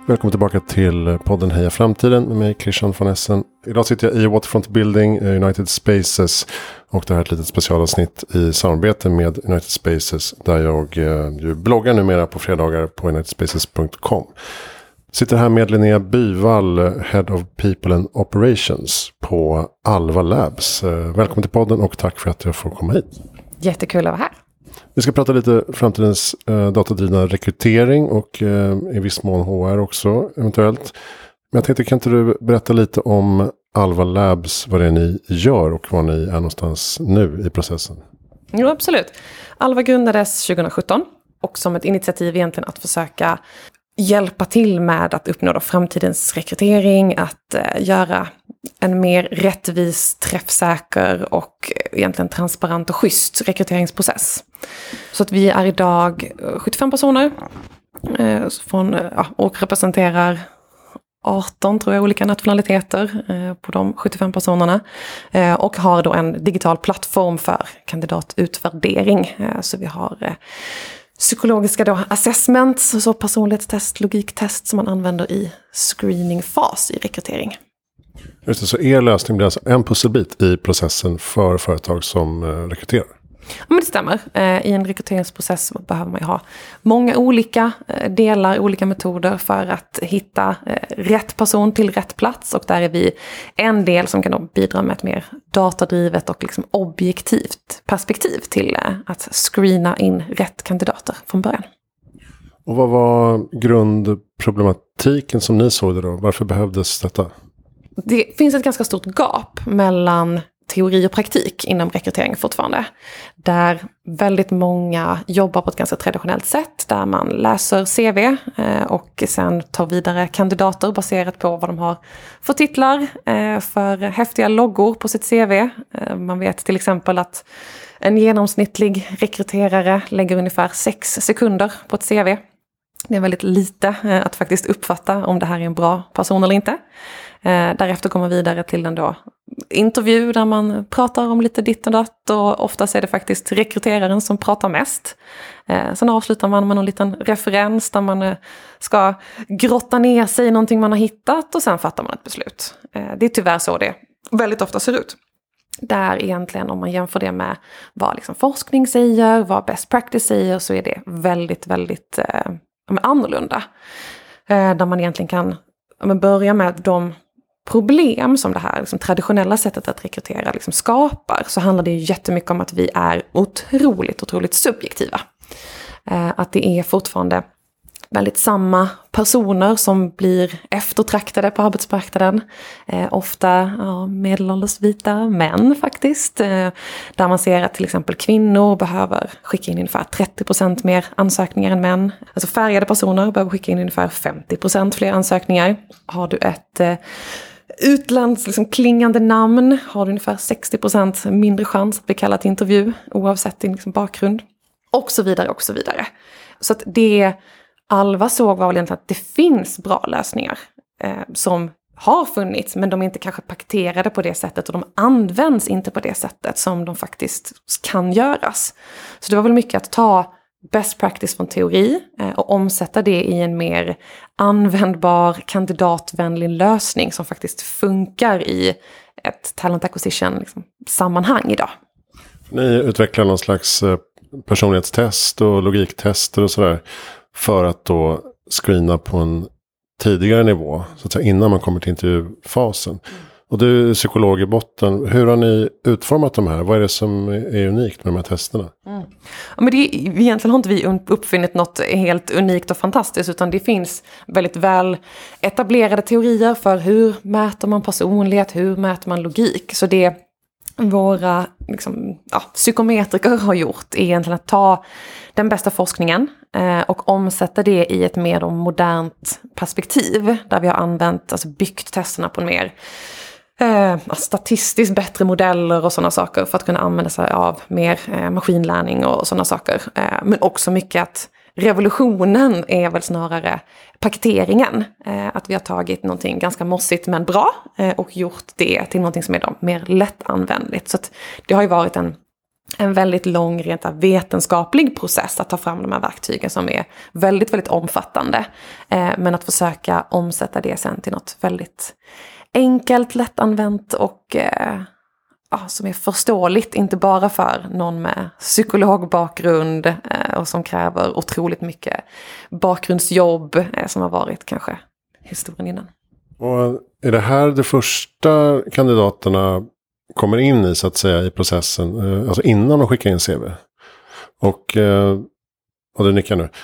Välkommen tillbaka till podden Heja Framtiden med mig Christian von Essen. Idag sitter jag i Waterfront Building, United Spaces, och det här är ett litet specialavsnitt i samarbete med United Spaces där jag ju bloggar numera på fredagar på unitedspaces.com. Sitter här med Linnea Byvall, Head of People and Operations på Alva Labs. Välkommen till podden och tack för att jag får komma hit. Jättekul att vara här. Vi ska prata lite framtidens datadrivna rekrytering och i viss mån HR också eventuellt. Men jag tänkte, kan inte du berätta lite om Alva Labs, vad det är ni gör och var ni är någonstans nu i processen? Jo, absolut. Alva grundades 2017 och som ett initiativ egentligen att försöka hjälpa till med att uppnå framtidens rekrytering, att göra en mer rättvis, träffsäker och egentligen transparent och schysst rekryteringsprocess. Så att vi är idag 75 personer och representerar 18 tror jag olika nationaliteter på de 75 personerna och har då en digital plattform för kandidatutvärdering. Så vi har psykologiska assessments, så personlighetstest, logiktest som man använder i screeningfas i rekrytering. Just det, så er lösning blir alltså en pusselbit i processen för företag som rekryterar? Ja, men det stämmer. I en rekryteringsprocess behöver man ju ha många olika delar, olika metoder för att hitta rätt person till rätt plats. Och där är vi en del som kan då bidra med ett mer datadrivet och liksom objektivt perspektiv till att screena in rätt kandidater från början. Och vad var grundproblematiken som ni såg det då? Varför behövdes detta? Det finns ett ganska stort gap mellan teori och praktik inom rekrytering fortfarande. Där väldigt många jobbar på ett ganska traditionellt sätt. Där man läser CV och sen tar vidare kandidater baserat på vad de har för titlar, för häftiga loggor på sitt CV. Man vet till exempel att en genomsnittlig rekryterare lägger ungefär 6 sekunder på ett CV. Det är väldigt lite att faktiskt uppfatta om det här är en bra person eller inte. Därefter kommer man vidare till en intervju där man pratar om lite ditt och datt, och oftast är det faktiskt rekryteraren som pratar mest. Sen avslutar man med någon liten referens där man ska grotta ner sig i någonting man har hittat och sen fattar man ett beslut. Det är tyvärr så det väldigt ofta ser ut. Där egentligen om man jämför det med vad liksom forskning säger, vad best practice säger, så är det väldigt, väldigt annorlunda. Där man egentligen kan börja med de problem som det här liksom traditionella sättet att rekrytera liksom skapar, så handlar det ju jättemycket om att vi är otroligt subjektiva. Att det är fortfarande väldigt samma personer som blir eftertraktade på arbetsmarknaden. Ofta medelålders vita män faktiskt. Där man ser att till exempel kvinnor behöver skicka in ungefär 30% mer ansökningar än män. Alltså färgade personer behöver skicka in ungefär 50% fler ansökningar. Har du ett utlands liksom klingande namn har du ungefär 60% mindre chans att bli kallad till intervju oavsett din liksom bakgrund. Och så vidare och så vidare. Så att det Alva såg var väl egentligen att det finns bra lösningar som har funnits, men de är inte kanske paketerade på det sättet och de används inte på det sättet som de faktiskt kan göras. Så det var väl mycket att ta best practice från teori och omsätta det i en mer användbar, kandidatvänlig lösning som faktiskt funkar i ett talent acquisition liksom, sammanhang idag. Ni utvecklar någon slags personlighetstest och logiktester och sådär för att då screena på en tidigare nivå, så att säga, innan man kommer till intervjufasen. Och du är psykolog i botten. Hur har ni utformat de här? Vad är det som är unikt med de här testerna? Ja, men egentligen har inte vi uppfunnit något helt unikt och fantastiskt, utan det finns väldigt väl etablerade teorier för hur mäter man personlighet, hur mäter man logik. Så det våra psykometriker har gjort är egentligen att ta den bästa forskningen och omsätta det i ett mer modernt perspektiv där vi har använt, byggt testerna på en mer statistiskt bättre modeller och sådana saker för att kunna använda sig av mer maskinlärning och sådana saker. Men också mycket att revolutionen är väl snarare paketeringen. Att vi har tagit någonting ganska mossigt men bra och gjort det till någonting som är då mer lättanvändligt. Så att det har ju varit en en väldigt lång rent vetenskaplig process att ta fram de här verktygen som är väldigt, väldigt omfattande. Men att försöka omsätta det sen till något väldigt enkelt, lättanvänt och som är förståeligt, inte bara för någon med psykologbakgrund och som kräver otroligt mycket bakgrundsjobb som har varit kanske historien innan. Och är det här det första kandidaterna kommer in i så att säga i processen, alltså innan de skickar in CV? Och det nickar nu.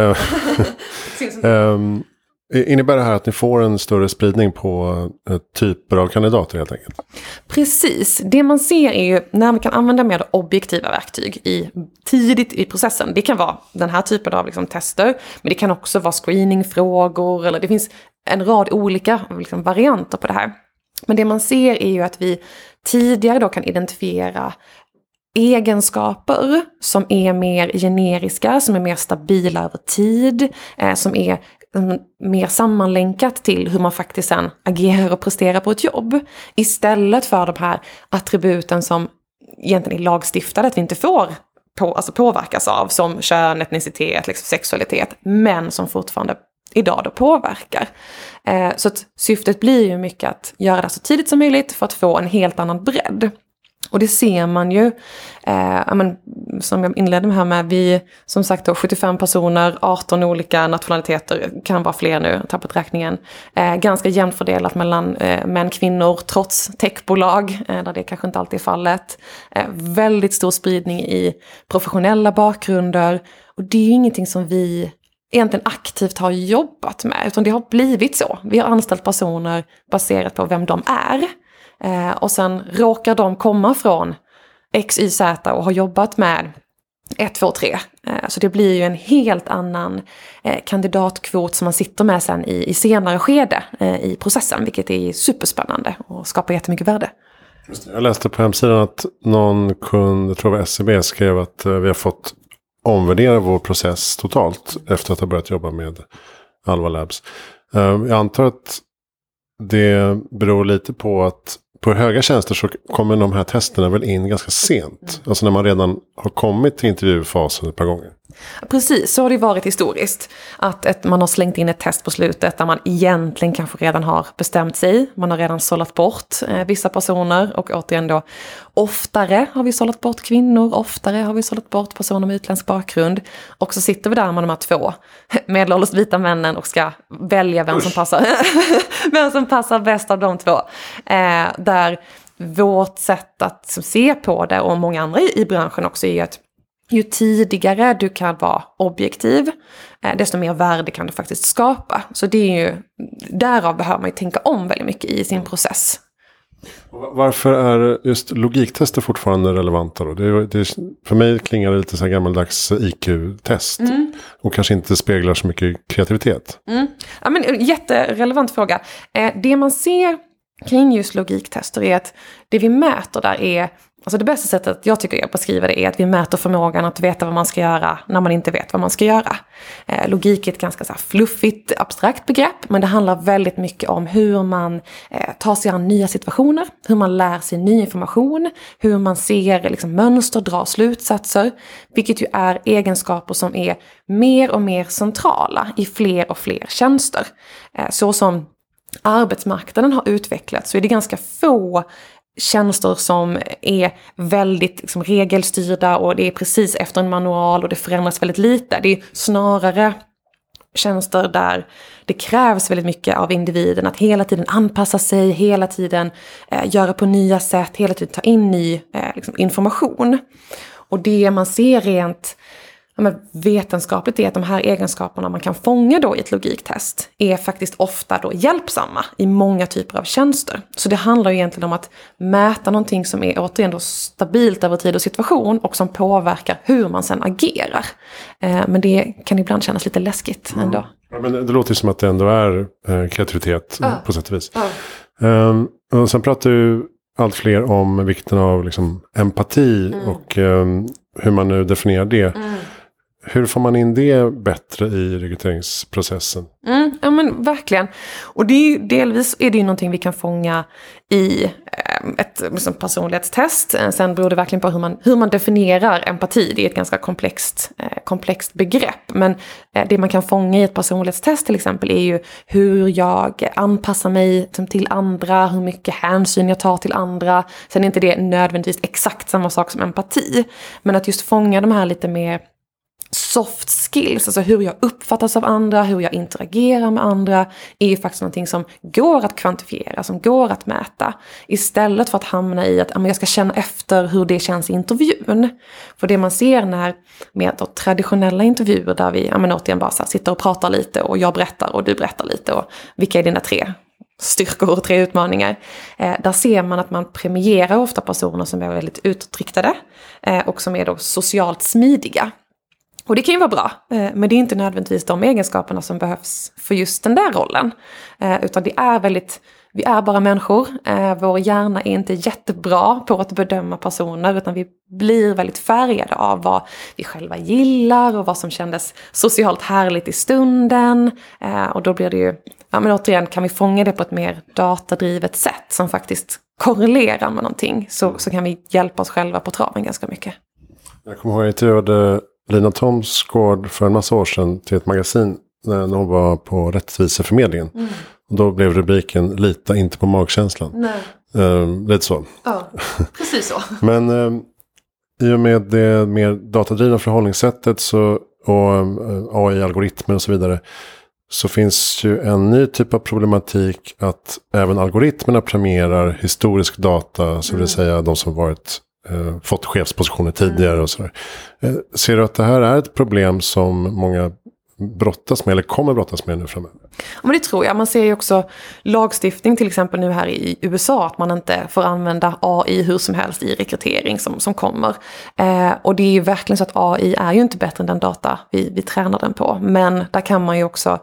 Innebär det här att ni får en större spridning på typer av kandidater helt enkelt? Precis. Det man ser är ju när man kan använda mer objektiva verktyg tidigt i processen. Det kan vara den här typen av liksom tester, men det kan också vara screeningfrågor, eller det finns en rad olika liksom varianter på det här. Men det man ser är ju att vi tidigare då kan identifiera egenskaper som är mer generiska, som är mer stabila över tid, som är mer sammanlänkat till hur man faktiskt sen agerar och presterar på ett jobb. Istället för de här attributen som egentligen är lagstiftade att vi inte får påverkas av, som kön, etnicitet, liksom sexualitet, men som fortfarande idag då påverkar. Så att syftet blir ju mycket att göra det så tidigt som möjligt för att få en helt annan bredd. Och det ser man ju, som jag inledde med här med, vi som sagt då 75 personer, 18 olika nationaliteter, kan vara fler nu, jag har tappat räkningen. Ganska jämnt fördelat mellan män och kvinnor, trots techbolag, där det kanske inte alltid är fallet. Väldigt stor spridning i professionella bakgrunder, och det är ju ingenting som vi egentligen aktivt har jobbat med, utan det har blivit så. Vi har anställt personer baserat på vem de är. Och sen råkar de komma från X, Y, Z och har jobbat med 1, 2, 3. Så det blir ju en helt annan kandidatkvot som man sitter med sen i senare skede i processen, vilket är superspännande och skapar jättemycket värde. Just det. Jag läste på hemsidan att någon kund, jag tror det var SCB, skrev att vi har fått omvärdera vår process totalt efter att ha börjat jobba med Alva Labs. Jag antar att det beror lite på att på höga tjänster så kommer de här testerna väl in ganska sent. Alltså när man redan har kommit till intervjufasen ett par gånger. Precis, så har det varit historiskt. Att man har slängt in ett test på slutet där man egentligen kanske redan har bestämt sig. Man har redan sållat bort vissa personer, och återigen då oftare har vi sållat bort kvinnor, oftare har vi sållat bort personer med utländsk bakgrund. Och så sitter vi där med de här 2 medelålders vita männen och ska välja vem som passar bäst av de 2. Där vårt sätt att se på det, och många andra i branschen också, är att ju tidigare du kan vara objektiv, desto mer värde kan du faktiskt skapa. Så det är ju, därav behöver man ju tänka om väldigt mycket i sin process. Varför är just logiktester fortfarande relevanta då? För mig klingar det lite så här gammaldags IQ-test. Och kanske inte speglar så mycket kreativitet. Ja, men jätterelevant fråga. Det man ser kring just logiktester är att det vi mäter där är, alltså det bästa sättet jag tycker jag beskriver det är att vi mäter förmågan att veta vad man ska göra när man inte vet vad man ska göra. Logik är ett ganska så här fluffigt, abstrakt begrepp, men det handlar väldigt mycket om hur man tar sig an nya situationer, hur man lär sig ny information, hur man ser liksom mönster, drar slutsatser, vilket ju är egenskaper som är mer och mer centrala i fler och fler tjänster. Så som arbetsmarknaden har utvecklats så är det ganska få tjänster som är väldigt liksom regelstyrda, och det är precis efter en manual och det förändras väldigt lite. Det är snarare tjänster där det krävs väldigt mycket av individen att hela tiden anpassa sig, hela tiden göra på nya sätt, hela tiden ta in ny information. Och det man ser rent vetenskapligt är att de här egenskaperna man kan fånga då i ett logiktest är faktiskt ofta då hjälpsamma i många typer av tjänster. Så det handlar ju egentligen om att mäta någonting som är återigen då stabilt över tid och situation och som påverkar hur man sen agerar. Men det kan ibland kännas lite läskigt ändå. Ja, men det låter ju som att det ändå är kreativitet på sätt och vis. Och sen pratar ju allt fler om vikten av liksom empati och hur man nu definierar det. hur får man in det bättre i rekryteringsprocessen? Ja men verkligen. Och det är ju, delvis är det ju någonting vi kan fånga i ett liksom, personlighetstest. Sen beror det verkligen på hur man definierar empati. Det är ett ganska komplext begrepp. Men det man kan fånga i ett personlighetstest till exempel är ju hur jag anpassar mig till andra, hur mycket hänsyn jag tar till andra. Sen är inte det nödvändigtvis exakt samma sak som empati. Men att just fånga de här lite mer soft skills, alltså hur jag uppfattas av andra, hur jag interagerar med andra, är ju faktiskt någonting som går att kvantifiera, som går att mäta. Istället för att hamna i att jag ska känna efter hur det känns i intervjun. För det man ser när med då, traditionella intervjuer där vi återigen bara så här, sitter och pratar lite och jag berättar och du berättar lite och vilka är dina 3 styrkor och 3 utmaningar. Där ser man att man premierar ofta personer som är väldigt utåtriktade och som är då socialt smidiga. Och det kan ju vara bra, men det är inte nödvändigtvis de egenskaperna som behövs för just den där rollen. Utan det är vi är bara människor, vår hjärna är inte jättebra på att bedöma personer, utan vi blir väldigt färgade av vad vi själva gillar och vad som kändes socialt härligt i stunden. Och då blir det ju, men återigen, kan vi fånga det på ett mer datadrivet sätt som faktiskt korrelerar med någonting, så kan vi hjälpa oss själva på traven ganska mycket. Jag kommer ihåg att jag intervjuade Lina Thomsgård för en massa år sedan till ett magasin när hon var på Rättviseförmedlingen. Och då blev rubriken "Lita inte på magkänslan". Lite så. Ja, precis så. Men i och med det mer datadrivna förhållningssättet och AI-algoritmer och så vidare, så finns ju en ny typ av problematik att även algoritmerna premierar historisk data, så vill säga de som varit fått chefspositioner tidigare och sådär. Ser du att det här är ett problem som många brottas med eller kommer brottas med nu framöver? Ja, men det tror jag. Man ser ju också lagstiftning till exempel nu här i USA att man inte får använda AI hur som helst i rekrytering som kommer. Och det är ju verkligen så att AI är ju inte bättre än den data vi tränar den på. Men där kan man ju också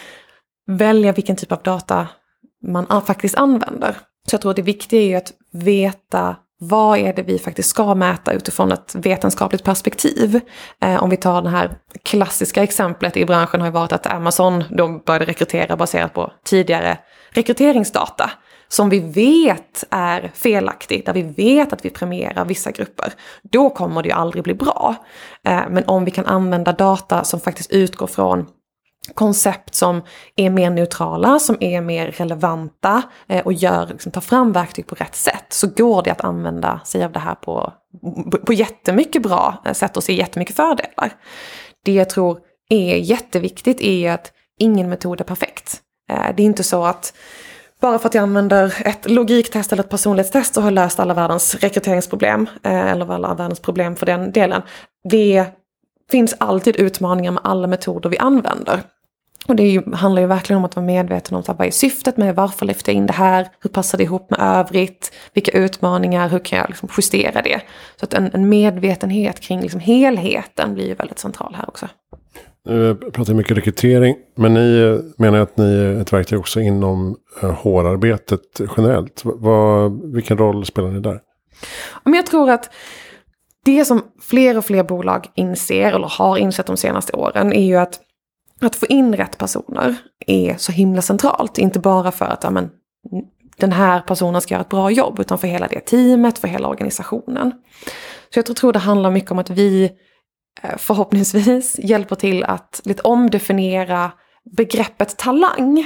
välja vilken typ av data man faktiskt använder. Så jag tror att det viktiga är ju att veta vad är det vi faktiskt ska mäta utifrån ett vetenskapligt perspektiv. Om vi tar det här klassiska exemplet i branschen har ju varit att Amazon de började rekrytera baserat på tidigare rekryteringsdata som vi vet är felaktig, där vi vet att vi premierar vissa grupper. Då kommer det ju aldrig bli bra. Men om vi kan använda data som faktiskt utgår från koncept som är mer neutrala, som är mer relevanta och tar fram verktyg på rätt sätt, så går det att använda sig av det här på jättemycket bra sätt och se jättemycket fördelar. Det jag tror är jätteviktigt är att ingen metod är perfekt. Det är inte så att bara för att jag använder ett logiktest eller ett personlighetstest så har jag löst alla världens rekryteringsproblem eller alla världens problem för den delen. Det finns alltid utmaningar med alla metoder vi använder. Och det handlar ju verkligen om att vara medveten om vad är syftet med, varför lyfter jag in det här, hur passar det ihop med övrigt, vilka utmaningar, hur kan jag justera det. Så att en medvetenhet kring helheten blir ju väldigt central här också. Nu pratar mycket rekrytering, men ni menar att ni är ett verktyg också inom HR-arbetet generellt. Vilken roll spelar ni där? Men jag tror att det som fler och fler bolag inser eller har insett de senaste åren är ju att få in rätt personer är så himla centralt. Inte bara för att den här personen ska göra ett bra jobb, utan för hela det teamet, för hela organisationen. Så jag tror det handlar mycket om att vi förhoppningsvis hjälper till att lite omdefiniera begreppet talang.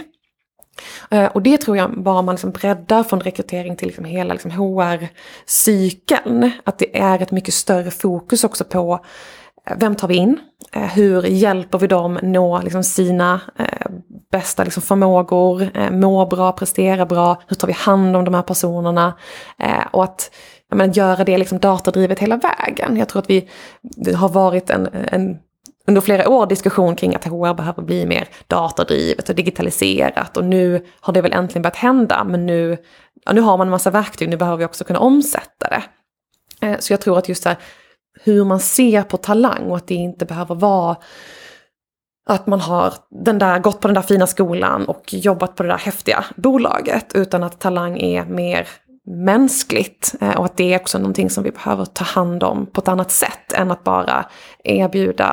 Och det tror jag bara man breddar från rekrytering till hela HR-cykeln. Att det är ett mycket större fokus också på vem tar vi in? Hur hjälper vi dem nå sina bästa förmågor, må bra, prestera bra? Hur tar vi hand om de här personerna? Och att göra det datadrivet hela vägen. Jag tror att det har varit under flera år diskussion kring att HR behöver bli mer datadrivet och digitaliserat. Och nu har det väl äntligen börjat hända. Men nu har man en massa verktyg. Nu behöver vi också kunna omsätta det. Så jag tror att just hur man ser på talang och att det inte behöver vara att man har gått på den där fina skolan och jobbat på det där häftiga bolaget. Utan att talang är mer mänskligt och att det är också någonting som vi behöver ta hand om på ett annat sätt än att bara erbjuda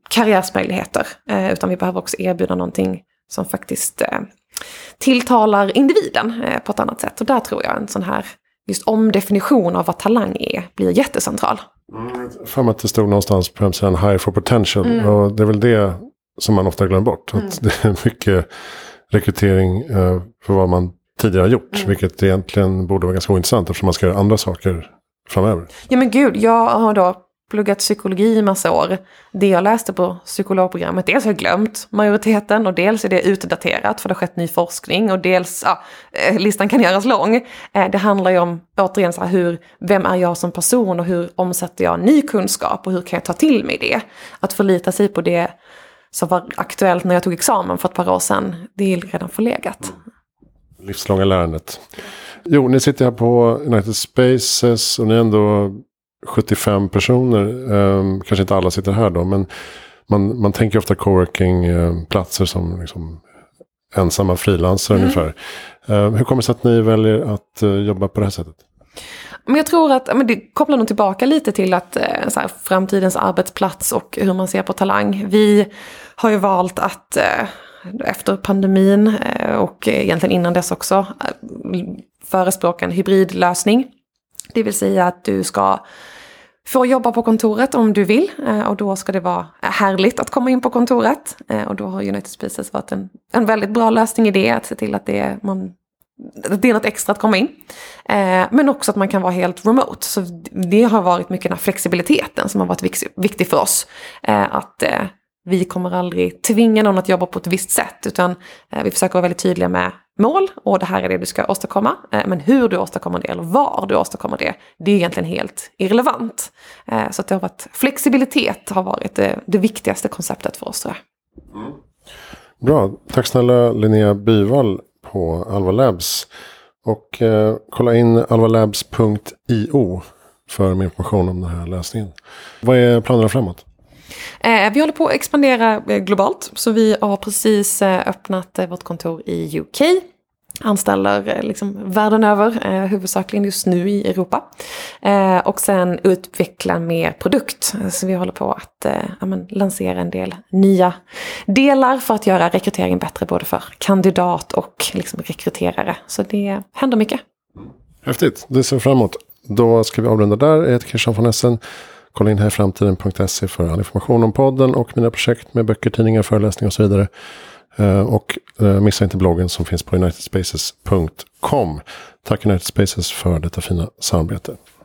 karriärsmöjligheter. Utan vi behöver också erbjuda någonting som faktiskt tilltalar individen på ett annat sätt. Och där tror jag en sån här just omdefinition av vad talang är blir jättecentral. För mig att det stod någonstans på hemsidan High for Potential. Och det är väl det som man ofta glömmer bort. Att det är mycket rekrytering för vad man tidigare har gjort. Vilket egentligen borde vara ganska ointressant eftersom man ska göra andra saker framöver. Ja men gud, jag har då pluggat psykologi i massa år. Det jag läste på psykologprogrammet, dels har jag glömt majoriteten och dels är det utdaterat för det har skett ny forskning och dels, listan kan göras lång. Det handlar ju om, återigen, så här, vem är jag som person och hur omsätter jag ny kunskap och hur kan jag ta till mig det? Att förlita sig på det som var aktuellt när jag tog examen för ett par år sedan, det är redan förlegat. Livslånga lärandet. Jo, ni sitter här på United Spaces och ni är ändå 75 personer. Kanske inte alla sitter här då, men man tänker ofta coworking-platser som liksom ensamma frilansare ungefär. Hur kommer det sig att ni väljer att jobba på det här sättet? Men jag tror att det kopplar nog tillbaka lite till att så här, framtidens arbetsplats och hur man ser på talang. Vi har ju valt att efter pandemin och egentligen innan dess också förespråka en hybridlösning. Det vill säga att du ska få jobba på kontoret om du vill och då ska det vara härligt att komma in på kontoret. Och då har United Spaces varit en väldigt bra lösning i det, att se till att det är något extra att komma in. Men också att man kan vara helt remote. Så det har varit mycket den här flexibiliteten som har varit viktig för oss. Att vi kommer aldrig tvinga någon att jobba på ett visst sätt, utan vi försöker vara väldigt tydliga med mål och det här är det du ska åstadkomma. Men hur du åstadkommer det eller var du åstadkommer det är egentligen helt irrelevant. Så att det har varit, flexibilitet har varit det viktigaste konceptet för oss, tror jag. Bra, tack snälla Linnea Byvall på Alva Labs. Och kolla in alvalabs.io för mer information om den här läsningen. Vad är planerna framåt? Vi håller på att expandera globalt, så vi har precis öppnat vårt kontor i UK. Anställer liksom världen över, huvudsakligen just nu i Europa. Och sen utveckla mer produkt. Så vi håller på att lansera en del nya delar för att göra rekryteringen bättre både för kandidat och liksom rekryterare. Så det händer mycket. Häftigt, det ser framåt. Då ska vi avrunda där. Jag heter Christian von Essen. Kolla in här framtiden.se för all information om podden och mina projekt med böcker, tidningar, föreläsningar och så vidare. Och missa inte bloggen som finns på unitedspaces.com. Tack United Spaces för detta fina samarbete.